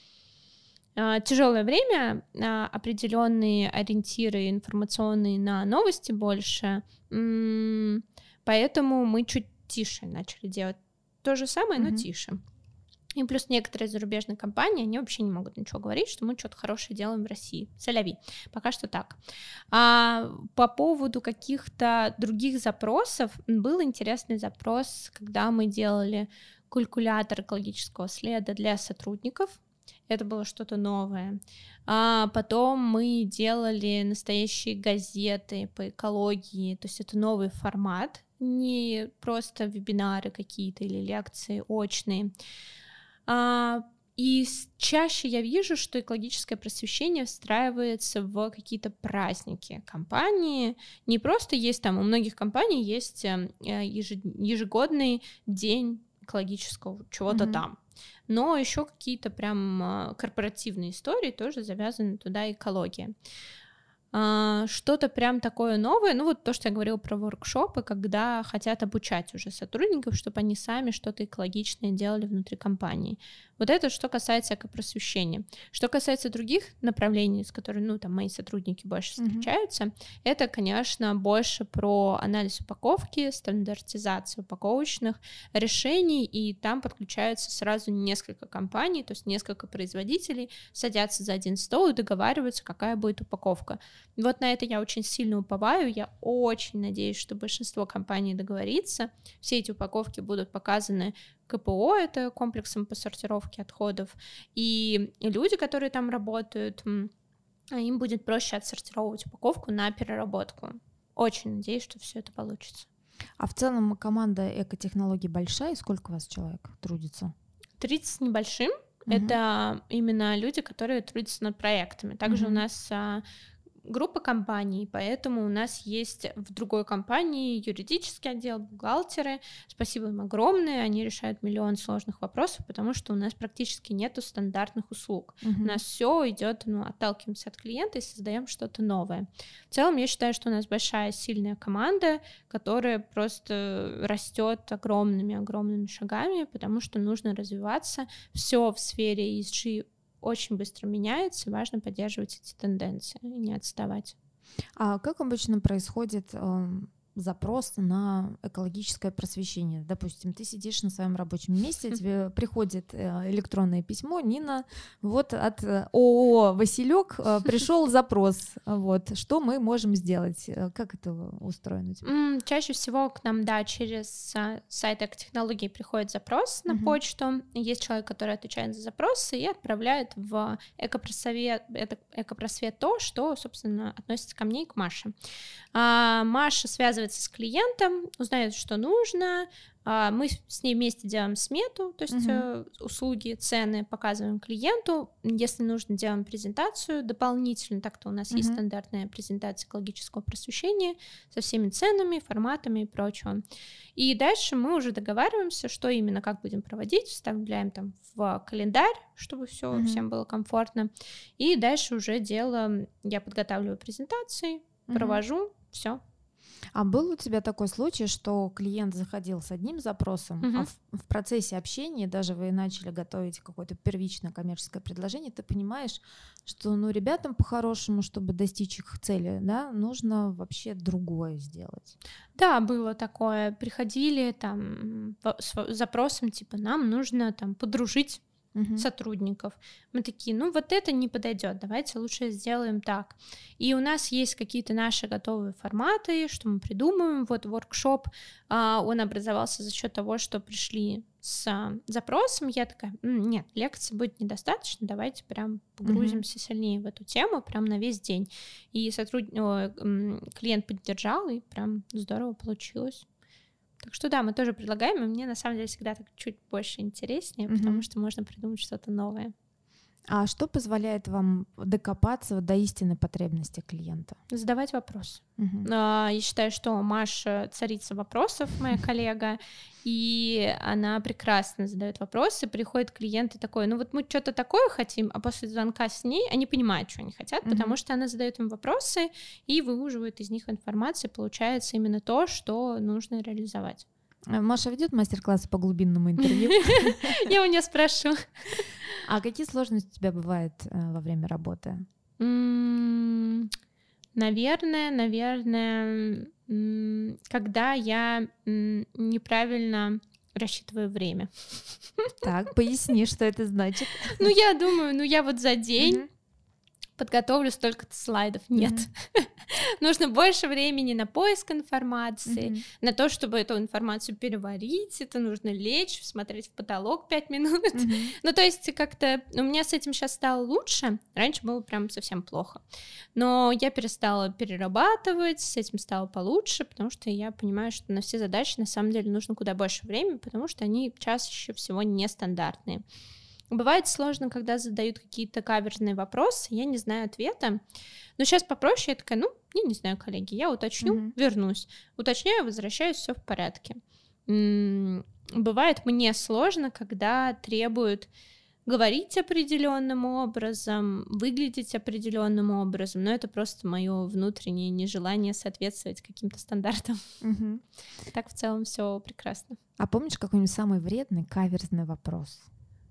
тяжелое время, определенные ориентиры информационные на новости больше, поэтому мы чуть тише начали делать. То же самое, но тише. И плюс некоторые зарубежные компании, они вообще не могут ничего говорить, что мы что-то хорошее делаем в России. Соляви. Пока что так. По поводу каких-то других запросов, был интересный запрос, когда мы делали калькулятор экологического следа для сотрудников. Это было что-то новое. Потом мы делали настоящие газеты по экологии, то есть это новый формат, не просто вебинары какие-то или лекции очные. И чаще я вижу, что экологическое просвещение встраивается в какие-то праздники компании. Не просто есть там, у многих компаний есть ежегодный день экологического чего-то там, но еще какие-то прям корпоративные истории тоже завязаны туда экология. Что-то прям такое новое, вот то, что я говорила про воркшопы, когда хотят обучать уже сотрудников, чтобы они сами что-то экологичное делали внутри компании. Вот это что касается экопросвещения. Что касается других направлений, с которыми, там мои сотрудники больше встречаются, это, конечно, больше про анализ упаковки, стандартизацию упаковочных решений, и там подключаются сразу несколько компаний, то есть несколько производителей садятся за один стол и договариваются, какая будет упаковка. Вот на это я очень сильно уповаю, я очень надеюсь, что большинство компаний договорится, все эти упаковки будут показаны КПО, это комплексом по сортировке отходов, и люди, которые там работают, им будет проще отсортировать упаковку на переработку. Очень надеюсь, что все это получится. А в целом команда экотехнологий большая, и сколько у вас человек трудится? 30 с небольшим. Это именно люди, которые трудятся над проектами. Также у нас группа компаний, поэтому у нас есть в другой компании юридический отдел, бухгалтеры. Спасибо им огромное, они решают миллион сложных вопросов, потому что у нас практически нету стандартных услуг. У нас все идет, отталкиваемся от клиента и создаем что-то новое. В целом, я считаю, что у нас большая сильная команда, которая просто растет огромными шагами, потому что нужно развиваться. Все в сфере ESG очень быстро меняется, важно поддерживать эти тенденции и не отставать. А как обычно происходит запрос на экологическое просвещение. Допустим, ты сидишь на своем рабочем месте, тебе приходит электронное письмо: Нина, вот от ООО «Василек» пришел запрос, вот, что мы можем сделать? Как это устроено? Чаще всего к нам, да, через сайт Экотехнологии приходит запрос на почту, есть человек, который отвечает за запросы и отправляет в Экопросвет то, что, собственно, относится ко мне и к Маше. Маша связывается с клиентом, узнает, что нужно, мы с ней вместе делаем смету, то есть услуги, цены показываем клиенту, если нужно, делаем презентацию дополнительно, так-то у нас есть стандартная презентация экологического просвещения со всеми ценами, форматами и прочего. И дальше мы уже договариваемся, что именно, как будем проводить, вставляем там в календарь, чтобы все всем было комфортно, и дальше уже я подготавливаю презентации, провожу, все. А был у тебя такой случай, что клиент заходил с одним запросом, а в процессе общения, даже вы начали готовить какое-то первичное коммерческое предложение, ты понимаешь, что ребятам по-хорошему, чтобы достичь их цели, да, нужно вообще другое сделать? Да, было такое. Приходили там с запросом, типа, нам нужно там подружить сотрудников. Мы такие, вот это не подойдет, давайте лучше сделаем так. И у нас есть какие-то наши готовые форматы, что мы придумаем. Вот воркшоп, он образовался за счет того, что пришли с запросом. Я такая, нет, лекции будет недостаточно, давайте прям погрузимся сильнее в эту тему, прям на весь день. И клиент поддержал, и прям здорово получилось. Так что да, мы тоже предлагаем, и мне на самом деле всегда так чуть больше интереснее, потому что можно придумать что-то новое. А что позволяет вам докопаться до истинной потребности клиента? Задавать вопросы. Я считаю, что Маша царица вопросов, моя коллега, и она прекрасно задает вопросы. Приходит клиент и такой, вот мы что-то такое хотим, а после звонка с ней они понимают, что они хотят, потому что она задает им вопросы и выуживает из них информацию, получается именно то, что нужно реализовать. Маша ведет мастер-классы по глубинному интервью? Я у нее спрошу. А какие сложности у тебя бывают во время работы? Наверное, когда я неправильно рассчитываю время. Так, поясни, что это значит. Я думаю, я вот за день подготовлю столько-то слайдов. Нет. Нужно больше времени на поиск информации, на то, чтобы эту информацию переварить. Это нужно лечь, смотреть в потолок 5 минут. То есть как-то у меня с этим сейчас стало лучше. Раньше было прям совсем плохо. Но я перестала перерабатывать, с этим стало получше, потому что я понимаю, что на все задачи на самом деле нужно куда больше времени, потому что они чаще всего нестандартные. Бывает сложно, когда задают какие-то каверзные вопросы, я не знаю ответа, но сейчас попроще, я такая, я не знаю, коллеги, я уточню, вернусь, уточняю, возвращаюсь, все в порядке. Бывает мне сложно, когда требуют говорить определенным образом, выглядеть определенным образом, но это просто мое внутреннее нежелание соответствовать каким-то стандартам. Так в целом все прекрасно. А помнишь какой-нибудь самый вредный каверзный вопрос?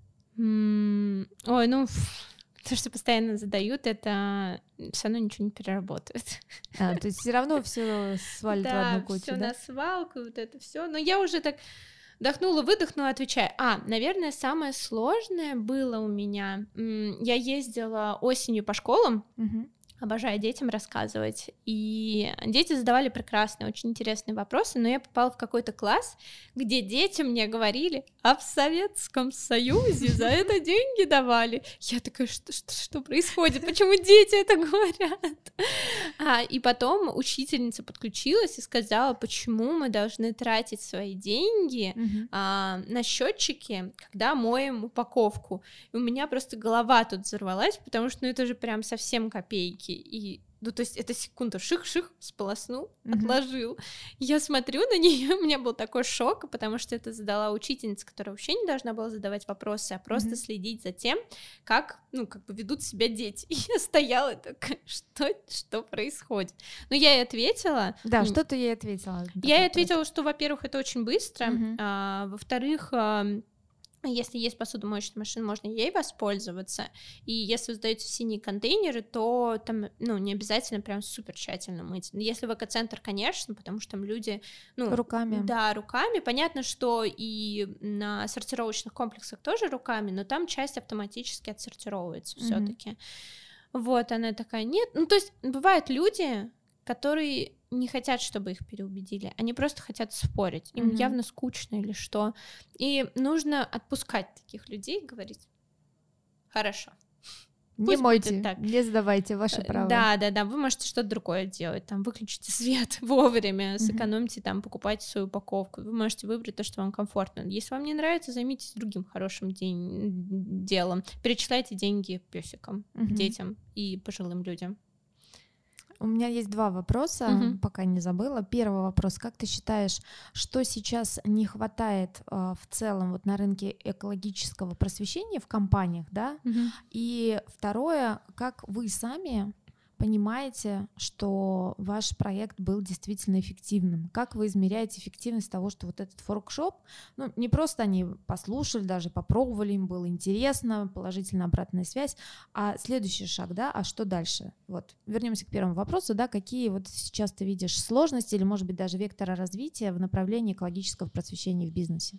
То, что постоянно задают, это все равно ничего не переработает. То есть все равно все свалит в одну кучу, да? На свалку, вот это все. Но я уже так вдохнула, выдохнула, отвечаю. Наверное, самое сложное было у меня. Я ездила осенью по школам. Обожаю детям рассказывать, и дети задавали прекрасные, очень интересные вопросы, но я попала в какой-то класс, где дети мне говорили, а в Советском Союзе за это деньги давали. Я такая, что происходит, почему дети это говорят? И потом учительница подключилась и сказала, почему мы должны тратить свои деньги на счетчики, когда моем упаковку. И у меня просто голова тут взорвалась, потому что это же прям совсем копейки. И то есть это секунда, ших-ших, сполоснул, отложил. Я смотрю на нее, у меня был такой шок, потому что это задала учительница, которая вообще не должна была задавать вопросы, а просто следить за тем, как бы ведут себя дети. И я стояла такая, что происходит? Но я ей ответила. Да, что ты ей ответила? Я ей ответила, что, во-первых, это очень быстро, во-вторых, Если есть посудомоечная машина, можно ей воспользоваться. И если вы сдаете синие контейнеры, то там, не обязательно прям супер тщательно мыть. Если в экоцентр, конечно, потому что там люди... руками. Да, руками. Понятно, что и на сортировочных комплексах тоже руками, но там часть автоматически отсортировывается все-таки. Вот, она такая, нет. То есть бывают люди, которые не хотят, чтобы их переубедили, они просто хотят спорить, им явно скучно или что, и нужно отпускать таких людей, говорить, хорошо, не мойте, не сдавайте, ваше право. Да, вы можете что-то другое делать, там, выключите свет вовремя, сэкономьте, там, покупайте свою упаковку, вы можете выбрать то, что вам комфортно, если вам не нравится, займитесь другим хорошим делом, перечисляйте деньги пёсикам, детям и пожилым людям. У меня есть 2 вопроса, пока не забыла. Первый вопрос: как ты считаешь, что сейчас не хватает в целом вот на рынке экологического просвещения в компаниях, да? И второе: как вы сами понимаете, что ваш проект был действительно эффективным? Как вы измеряете эффективность того, что вот этот воркшоп, не просто они послушали, даже попробовали, им было интересно, положительная обратная связь, а следующий шаг, да, а что дальше? Вот, вернемся к первому вопросу, да, какие вот сейчас ты видишь сложности или, может быть, даже вектора развития в направлении экологического просвещения в бизнесе?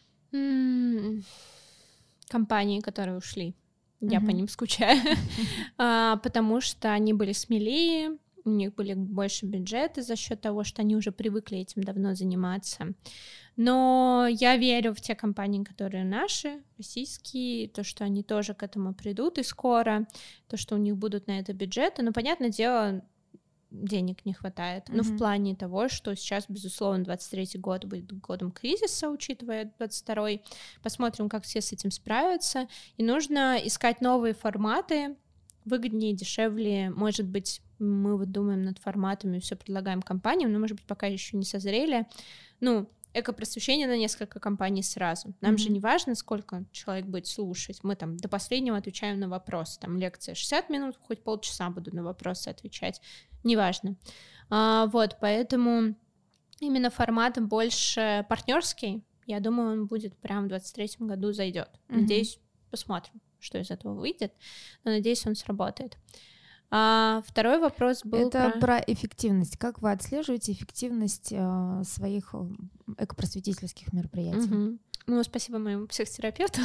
Компании, которые ушли. Я по ним скучаю, потому что они были смелее, у них были больше бюджеты за счет того, что они уже привыкли этим давно заниматься. Но я верю в те компании, которые наши, российские, то, что они тоже к этому придут и скоро, то, что у них будут на это бюджеты. Но, понятное дело, денег не хватает. Но в плане того, что сейчас, безусловно, 23-й год будет годом кризиса, учитывая 22-й. Посмотрим, как все с этим справятся. И нужно искать новые форматы, выгоднее, дешевле. Может быть, мы вот думаем над форматами, все предлагаем компаниям, но, может быть, пока еще не созрели. Экопросвещение на несколько компаний сразу. Нам же не важно, сколько человек будет слушать. Мы там до последнего отвечаем на вопросы. Там лекция 60 минут, хоть полчаса буду на вопросы отвечать. Неважно. Вот, поэтому именно формат больше партнерский. Я думаю, он будет прям в 23-м году зайдет. Надеюсь, посмотрим, что из этого выйдет. Но надеюсь, он сработает. Второй вопрос был про эффективность. Как вы отслеживаете эффективность своих экопросветительских мероприятий? Спасибо моему психотерапевту.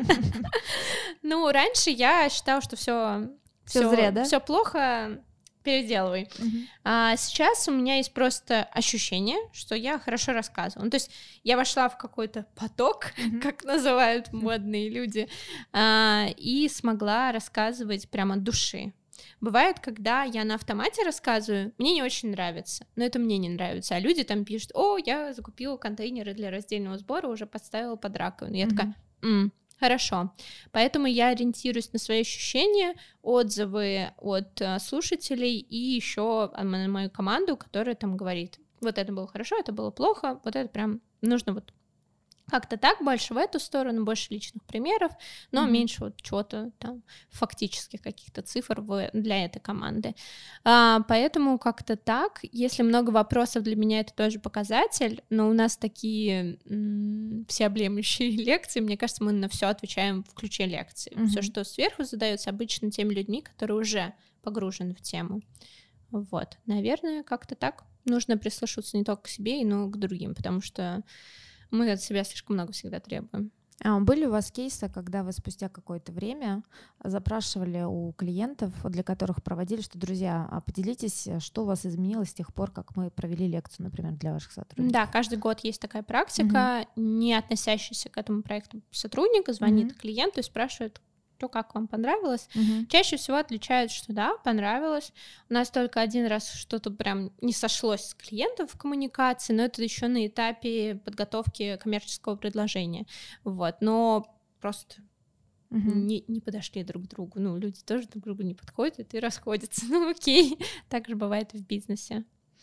Раньше я считала, что все зря, да? Все плохо, переделывай. Сейчас у меня есть просто ощущение, что я хорошо рассказываю. То есть я вошла в какой-то поток, как называют модные люди, и смогла рассказывать прямо от души. Бывает, когда я на автомате рассказываю, мне не очень нравится, но это мне не нравится, а люди там пишут: я закупила контейнеры для раздельного сбора, уже подставила под раковину. Я такая: хорошо. Поэтому я ориентируюсь на свои ощущения, отзывы от слушателей и еще на мою команду, которая там говорит: вот это было хорошо, это было плохо, вот это прям нужно вот как-то так, больше в эту сторону, больше личных примеров, но меньше вот чего-то там, фактических каких-то цифр для этой команды. Поэтому как-то так. Если много вопросов, для меня это тоже показатель, но у нас такие всеобъемлющие лекции, мне кажется, мы на все отвечаем в ключе лекции. Все, что сверху задается, обычно теми людьми, которые уже погружены в тему. Вот, наверное, как-то так. Нужно прислушиваться не только к себе, но и к другим, потому что мы от себя слишком много всегда требуем. Были у вас кейсы, когда вы спустя какое-то время запрашивали у клиентов, для которых проводили, что, друзья, поделитесь, что у вас изменилось с тех пор, как мы провели лекцию, например, для ваших сотрудников? Да, каждый год есть такая практика, не относящаяся к этому проекту сотрудник звонит клиенту и спрашивает: то, как вам понравилось. Чаще всего отвечают, что да, понравилось. У нас только один раз что-то прям не сошлось с клиентом в коммуникации, но это еще на этапе подготовки коммерческого предложения. Вот, но просто не подошли друг к другу. Люди тоже друг к другу не подходят и расходятся. Окей, так же бывает и в бизнесе.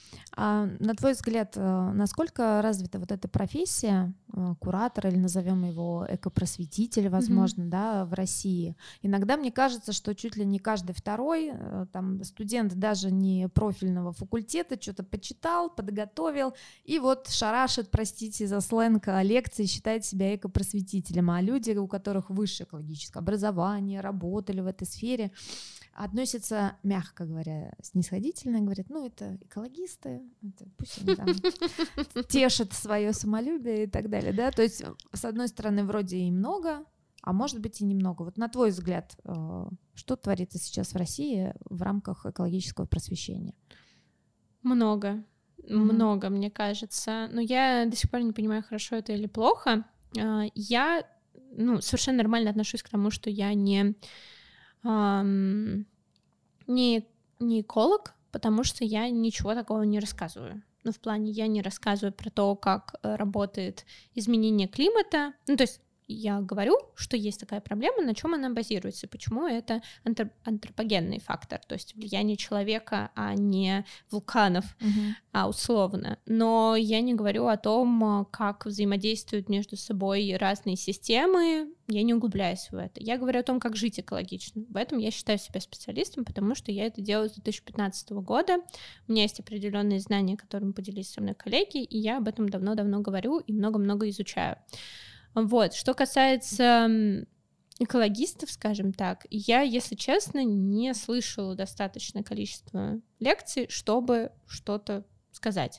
А на твой взгляд, насколько развита вот эта профессия куратора, или назовем его экопросветитель, возможно, да, в России? Иногда мне кажется, что чуть ли не каждый второй там студент даже не профильного факультета что-то почитал, подготовил и вот шарашит, простите за сленг, лекции, считает себя экопросветителем, а люди, у которых высшее экологическое образование, работали в этой сфере, относятся, мягко говоря, снисходительно, говорят, ну, это экологисты, это пусть они там тешат свое самолюбие и так далее, да, то есть, с одной стороны, вроде и много, а может быть и немного. Вот на твой взгляд, что творится сейчас в России в рамках экологического просвещения? Много, мне кажется, но я до сих пор не понимаю, хорошо это или плохо. Я, совершенно нормально отношусь к тому, что я не эколог, потому что я ничего такого не рассказываю. Ну, в плане, я не рассказываю про то, как работает изменение климата. Ну, то есть я говорю, что есть такая проблема, на чем она базируется, почему это антропогенный фактор, то есть влияние человека, а не вулканов, условно. Но я не говорю о том, как взаимодействуют между собой разные системы, я не углубляюсь в это. Я говорю о том, как жить экологично. В этом я считаю себя специалистом, потому что я это делаю с 2015 года. У меня есть определенные знания, которыми поделились со мной коллеги, и я об этом давно-давно говорю и много-много изучаю. Вот, что касается экологистов, скажем так, я, если честно, не слышала достаточное количество лекций, чтобы что-то сказать.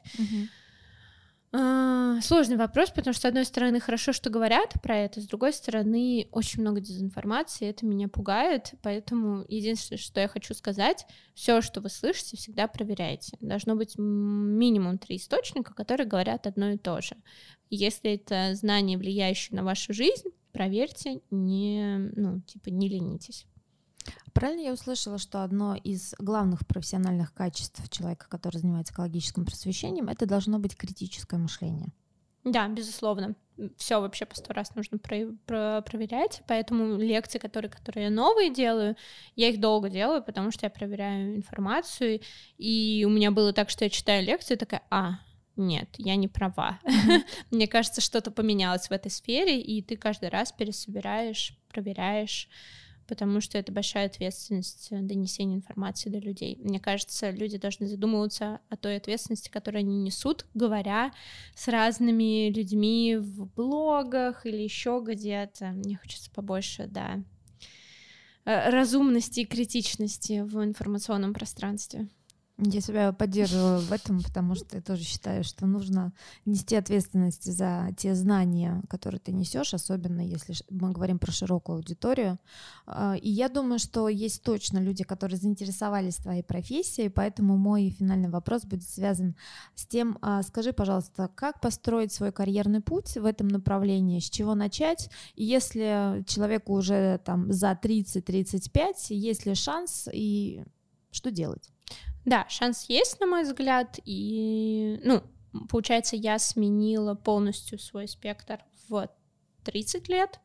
Сложный вопрос, потому что, с одной стороны, хорошо, что говорят про это, с другой стороны, очень много дезинформации, это меня пугает, поэтому единственное, что я хочу сказать, все, что вы слышите, всегда проверяйте. Должно быть минимум 3 источника, которые говорят одно и то же. Если это знание, влияющее на вашу жизнь, проверьте, не ленитесь. Правильно я услышала, что одно из главных профессиональных качеств человека, который занимается экологическим просвещением, это должно быть критическое мышление? Да, безусловно. Все вообще по 100 раз нужно проверять, поэтому лекции, которые я новые делаю, я их долго делаю, потому что я проверяю информацию, и у меня было так, что я читаю лекцию и такая, нет, я не права. Мне кажется, что-то поменялось в этой сфере, и ты каждый раз пересобираешь, проверяешь, потому что это большая ответственность донесения информации до людей. Мне кажется, люди должны задумываться о той ответственности, которую они несут, говоря с разными людьми в блогах или еще где-то. Мне хочется побольше, разумности и критичности в информационном пространстве. Я себя поддерживаю в этом, потому что я тоже считаю, что нужно нести ответственность за те знания, которые ты несешь, особенно если мы говорим про широкую аудиторию. И я думаю, что есть точно люди, которые заинтересовались твоей профессией, поэтому мой финальный вопрос будет связан с тем, скажи, пожалуйста, как построить свой карьерный путь в этом направлении, с чего начать, и если человеку уже там за 30-35, есть ли шанс и что делать? Да, шанс есть, на мой взгляд, и, получается, я сменила полностью свой спектр в 30 лет,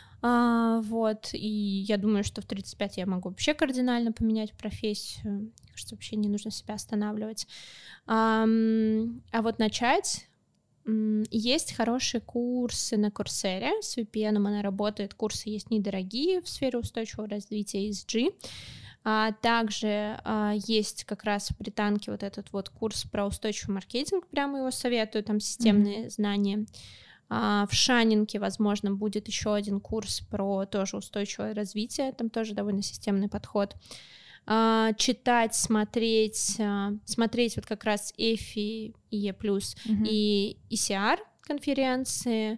и я думаю, что в 35 я могу вообще кардинально поменять профессию, мне кажется, вообще не нужно себя останавливать, а вот начать... Есть хорошие курсы на Coursera с VPN, она работает, курсы есть недорогие в сфере устойчивого развития ESG. Также есть как раз в британке вот этот вот курс про устойчивый маркетинг, прямо его советую, там системные знания. В Шанинке, возможно, будет еще один курс про тоже устойчивое развитие, там тоже довольно системный подход. Читать, смотреть вот как раз EFI, EE+, и ECR конференции,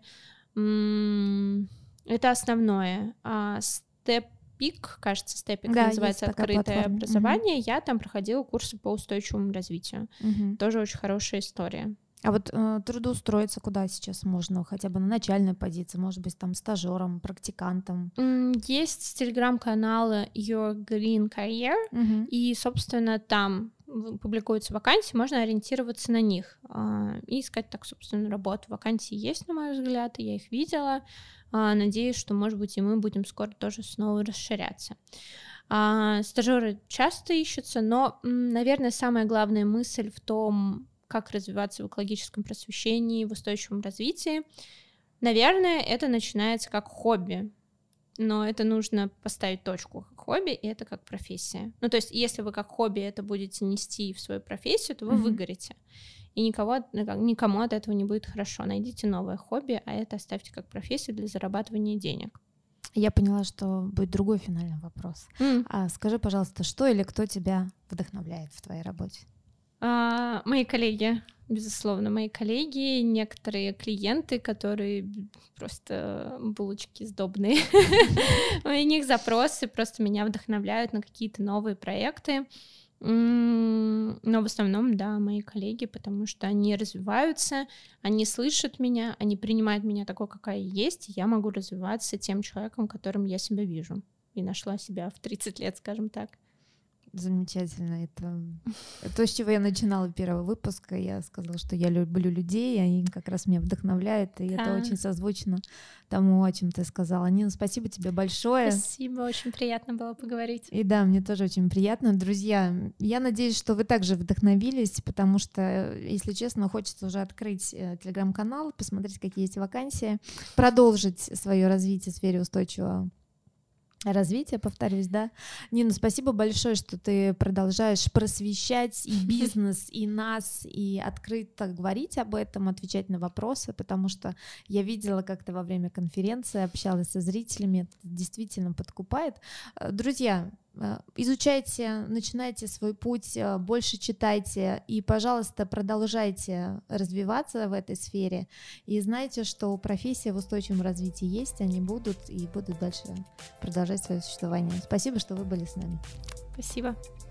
это основное. Степик, кажется, называется «Открытое образование», я там проходила курсы по устойчивому развитию, тоже очень хорошая история. А вот трудоустроиться куда сейчас можно? Хотя бы на начальной позиции, может быть, там стажером, практикантом? Есть телеграм-каналы Your Green Career, и, собственно, там публикуются вакансии, можно ориентироваться на них и искать так, собственно, работу. Вакансии есть, на мой взгляд, я их видела. Надеюсь, что, может быть, и мы будем скоро тоже снова расширяться. Стажеры часто ищутся, но, наверное, самая главная мысль в том, как развиваться в экологическом просвещении, в устойчивом развитии, наверное, это начинается как хобби. Но это нужно поставить точку как хобби, и это как профессия. Ну, то есть, если вы как хобби это будете нести в свою профессию, то вы выгорите. И никому от этого не будет хорошо. Найдите новое хобби, а это оставьте как профессию для зарабатывания денег. Я поняла, что будет другой финальный вопрос. Скажи, пожалуйста, что или кто тебя вдохновляет в твоей работе? Мои коллеги, безусловно, мои коллеги, некоторые клиенты, которые просто булочки сдобные. У них запросы просто меня вдохновляют на какие-то новые проекты. Но в основном, да, мои коллеги, потому что они развиваются, они слышат меня, они принимают меня такой, какая я есть, и я могу развиваться тем человеком, которым я себя вижу. И нашла себя в 30 лет, скажем так. Замечательно. Это то, с чего я начинала первый выпуск. Я сказала, что я люблю людей, они как раз меня вдохновляют, и это очень созвучно тому, о чем ты сказала. Нина, спасибо тебе большое. Спасибо, очень приятно было поговорить. И да, мне тоже очень приятно. Друзья, я надеюсь, что вы также вдохновились, потому что, если честно, хочется уже открыть телеграм-канал, посмотреть, какие есть вакансии, продолжить свое развитие в сфере устойчивого развития, повторюсь, да. Нина, спасибо большое, что ты продолжаешь просвещать и бизнес, и нас, и открыто говорить об этом, отвечать на вопросы, потому что я видела, как ты во время конференции общалась со зрителями, это действительно подкупает. Друзья, изучайте, начинайте свой путь, больше читайте и, пожалуйста, продолжайте развиваться в этой сфере. И знайте, что профессия в устойчивом развитии есть, они будут и будут дальше продолжать свое существование. Спасибо, что вы были с нами. Спасибо.